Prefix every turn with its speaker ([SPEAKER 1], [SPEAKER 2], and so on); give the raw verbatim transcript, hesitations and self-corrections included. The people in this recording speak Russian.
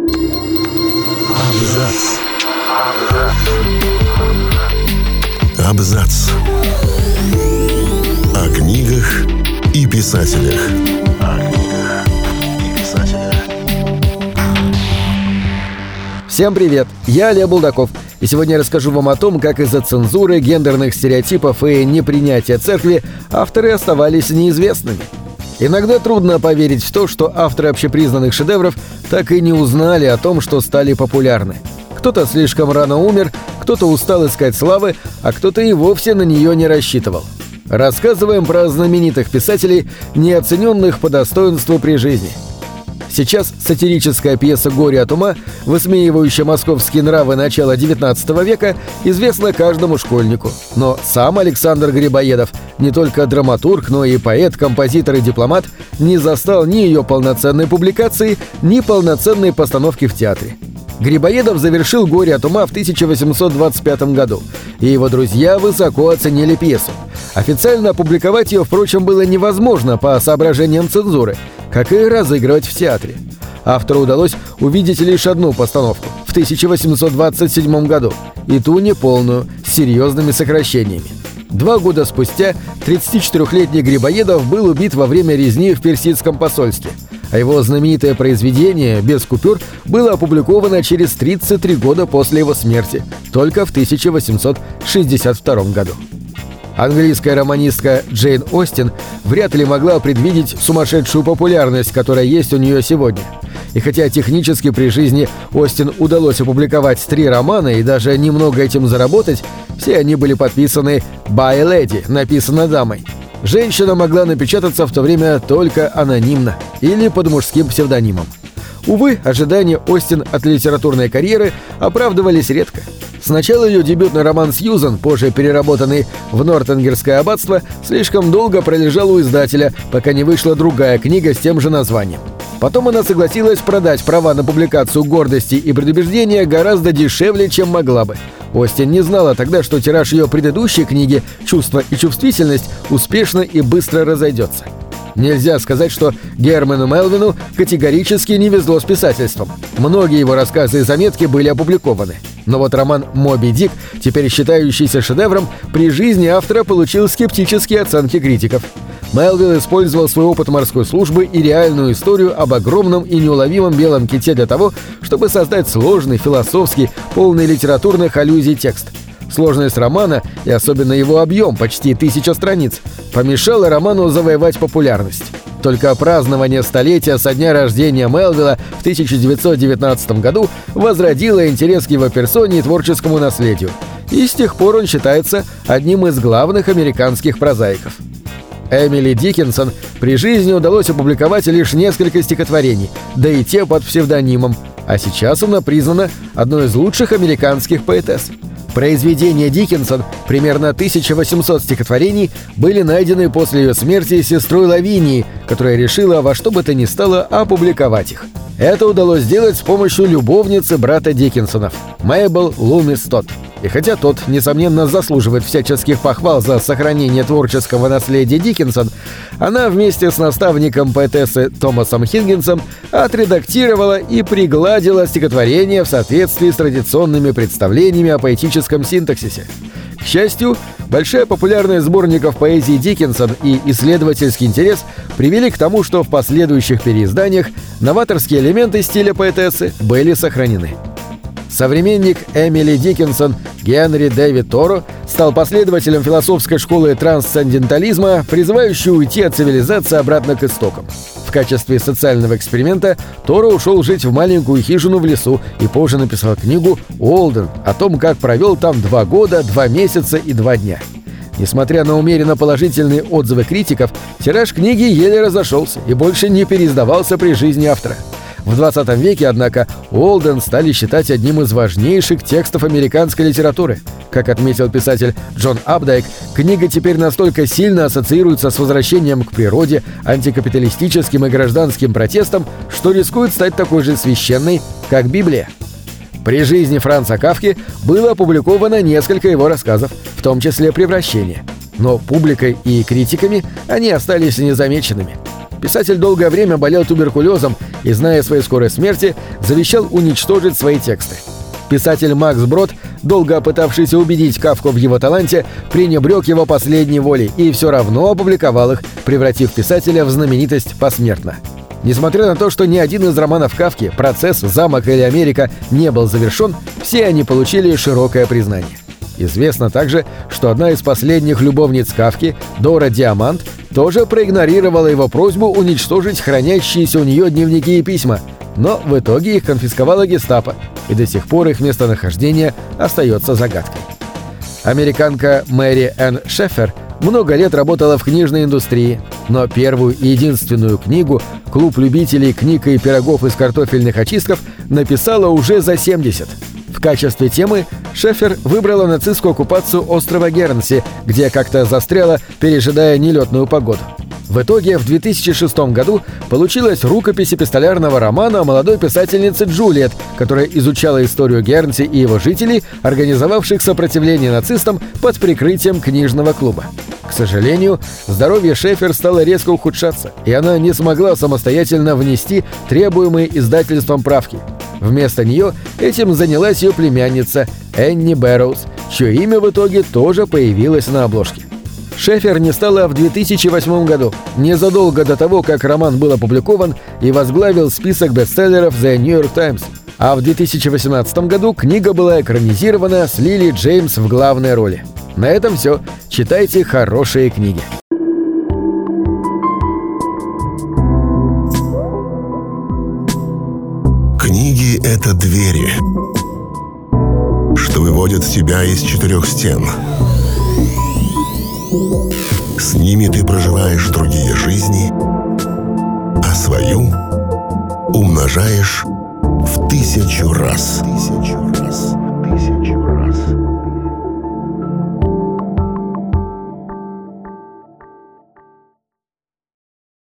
[SPEAKER 1] Абзац. Абзац. О книгах и писателях.
[SPEAKER 2] Всем привет, я Олег Булдаков, и сегодня я расскажу вам о том, как из-за цензуры, гендерных стереотипов и непринятия церкви авторы оставались неизвестными. Иногда трудно поверить в то, что авторы общепризнанных шедевров так и не узнали о том, что стали популярны. Кто-то слишком рано умер, кто-то устал искать славы, а кто-то и вовсе на нее не рассчитывал. Рассказываем про знаменитых писателей, неоцененных по достоинству при жизни. Сейчас сатирическая пьеса «Горе от ума», высмеивающая московские нравы начала девятнадцатого века, известна каждому школьнику. Но сам Александр Грибоедов, не только драматург, но и поэт, композитор и дипломат, не застал ни ее полноценной публикации, ни полноценной постановки в театре. Грибоедов завершил «Горе от ума» в тысяча восемьсот двадцать пятом году, и его друзья высоко оценили пьесу. Официально опубликовать ее, впрочем, было невозможно по соображениям цензуры, как и разыгрывать в театре. Автору удалось увидеть лишь одну постановку в тысяча восемьсот двадцать седьмом году, и ту неполную, с серьезными сокращениями. Два года спустя тридцатичетырехлетний Грибоедов был убит во время резни в персидском посольстве, а его знаменитое произведение «Без купюр» было опубликовано через тридцать три года после его смерти, только в тысяча восемьсот шестьдесят втором году. Английская романистка Джейн Остин вряд ли могла предвидеть сумасшедшую популярность, которая есть у нее сегодня. И хотя технически при жизни Остин удалось опубликовать три романа и даже немного этим заработать, все они были подписаны «by a lady», написано дамой. Женщина могла напечататься в то время только анонимно или под мужским псевдонимом. Увы, ожидания Остин от литературной карьеры оправдывались редко. Сначала ее дебютный роман «Сьюзан», позже переработанный в «Нортенгерское аббатство», слишком долго пролежал у издателя, пока не вышла другая книга с тем же названием. Потом она согласилась продать права на публикацию «Гордости и предубеждения» гораздо дешевле, чем могла бы. Остин не знала тогда, что тираж ее предыдущей книги «Чувство и чувствительность» успешно и быстро разойдется. Нельзя сказать, что Герману Мелвину категорически не везло с писательством. Многие его рассказы и заметки были опубликованы. Но вот роман «Моби Дик», теперь считающийся шедевром, при жизни автора получил скептические оценки критиков. Мелвилл использовал свой опыт морской службы и реальную историю об огромном и неуловимом белом ките для того, чтобы создать сложный, философский, полный литературных аллюзий текст. Сложность романа, и особенно его объем, почти тысяча страниц, помешало роману завоевать популярность. Только празднование столетия со дня рождения Мелвилла в тысяча девятьсот девятнадцатом году возродило интерес к его персоне и творческому наследию, и с тех пор он считается одним из главных американских прозаиков. Эмили Диккенсон при жизни удалось опубликовать лишь несколько стихотворений, да и те под псевдонимом, а сейчас она признана одной из лучших американских поэтесс. Произведения Диккенсон, примерно тысяча восемьсот стихотворений, были найдены после ее смерти сестрой Лавинией, которая решила во что бы то ни стало опубликовать их. Это удалось сделать с помощью любовницы брата Диккенсонов, Мэйбл Лумис Тодд. И хотя тот, несомненно, заслуживает всяческих похвал за сохранение творческого наследия Диккенсон, она вместе с наставником поэтессы Томасом Хиггинсом отредактировала и пригладила стихотворение в соответствии с традиционными представлениями о поэтическом синтаксисе. К счастью, большая популярность сборников поэзии Диккенсон и исследовательский интерес привели к тому, что в последующих переизданиях новаторские элементы стиля поэтессы были сохранены. Современник Эмили Диккенсон Генри Дэвид Торо стал последователем философской школы трансцендентализма, призывающей уйти от цивилизации обратно к истокам. В качестве социального эксперимента Торо ушел жить в маленькую хижину в лесу и позже написал книгу «Уолден» о том, как провел там два года, два месяца и два дня. Несмотря на умеренно положительные отзывы критиков, тираж книги еле разошелся и больше не переиздавался при жизни автора. В двадцатом веке, однако, Уолден стали считать одним из важнейших текстов американской литературы. Как отметил писатель Джон Апдайк, книга теперь настолько сильно ассоциируется с возвращением к природе, антикапиталистическим и гражданским протестам, что рискует стать такой же священной, как Библия. При жизни Франца Кафки было опубликовано несколько его рассказов, в том числе «Превращение». Но публикой и критиками они остались незамеченными. Писатель долгое время болел туберкулезом и, зная о своей скорой смерти, завещал уничтожить свои тексты. Писатель Макс Брод, долго пытавшийся убедить Кафку в его таланте, пренебрег его последней волей и все равно опубликовал их, превратив писателя в знаменитость посмертно. Несмотря на то, что ни один из романов Кафки «Процесс», «Замок» или «Америка» не был завершен, все они получили широкое признание. Известно также, что одна из последних любовниц Кафки, Дора Диамант, тоже проигнорировала его просьбу уничтожить хранящиеся у нее дневники и письма, но в итоге их конфисковала гестапо, и до сих пор их местонахождение остается загадкой. Американка Мэри Энн Шеффер много лет работала в книжной индустрии, но первую и единственную книгу «Клуб любителей книг и пирогов из картофельных очистков» написала уже за семьдесят. В качестве темы Шеффер выбрала нацистскую оккупацию острова Гернси, где как-то застряла, пережидая нелетную погоду. В итоге в две тысячи шестом году получилась рукопись эпистолярного романа о молодой писательнице Джульет, которая изучала историю Гернси и его жителей, организовавших сопротивление нацистам под прикрытием книжного клуба. К сожалению, здоровье Шеффер стало резко ухудшаться, и она не смогла самостоятельно внести требуемые издательством правки. Вместо нее этим занялась ее племянница Энни Бэрроуз, чье имя в итоге тоже появилось на обложке. Шеффер не стала в две тысячи восьмом году, незадолго до того, как роман был опубликован и возглавил список бестселлеров The New York Times. А в две тысячи восемнадцатом году книга была экранизирована с Лили Джеймс в главной роли. На этом все. Читайте хорошие книги.
[SPEAKER 1] Книги — это двери, что выводят тебя из четырех стен. С ними ты проживаешь другие жизни, а свою умножаешь в тысячу раз. Тысячу.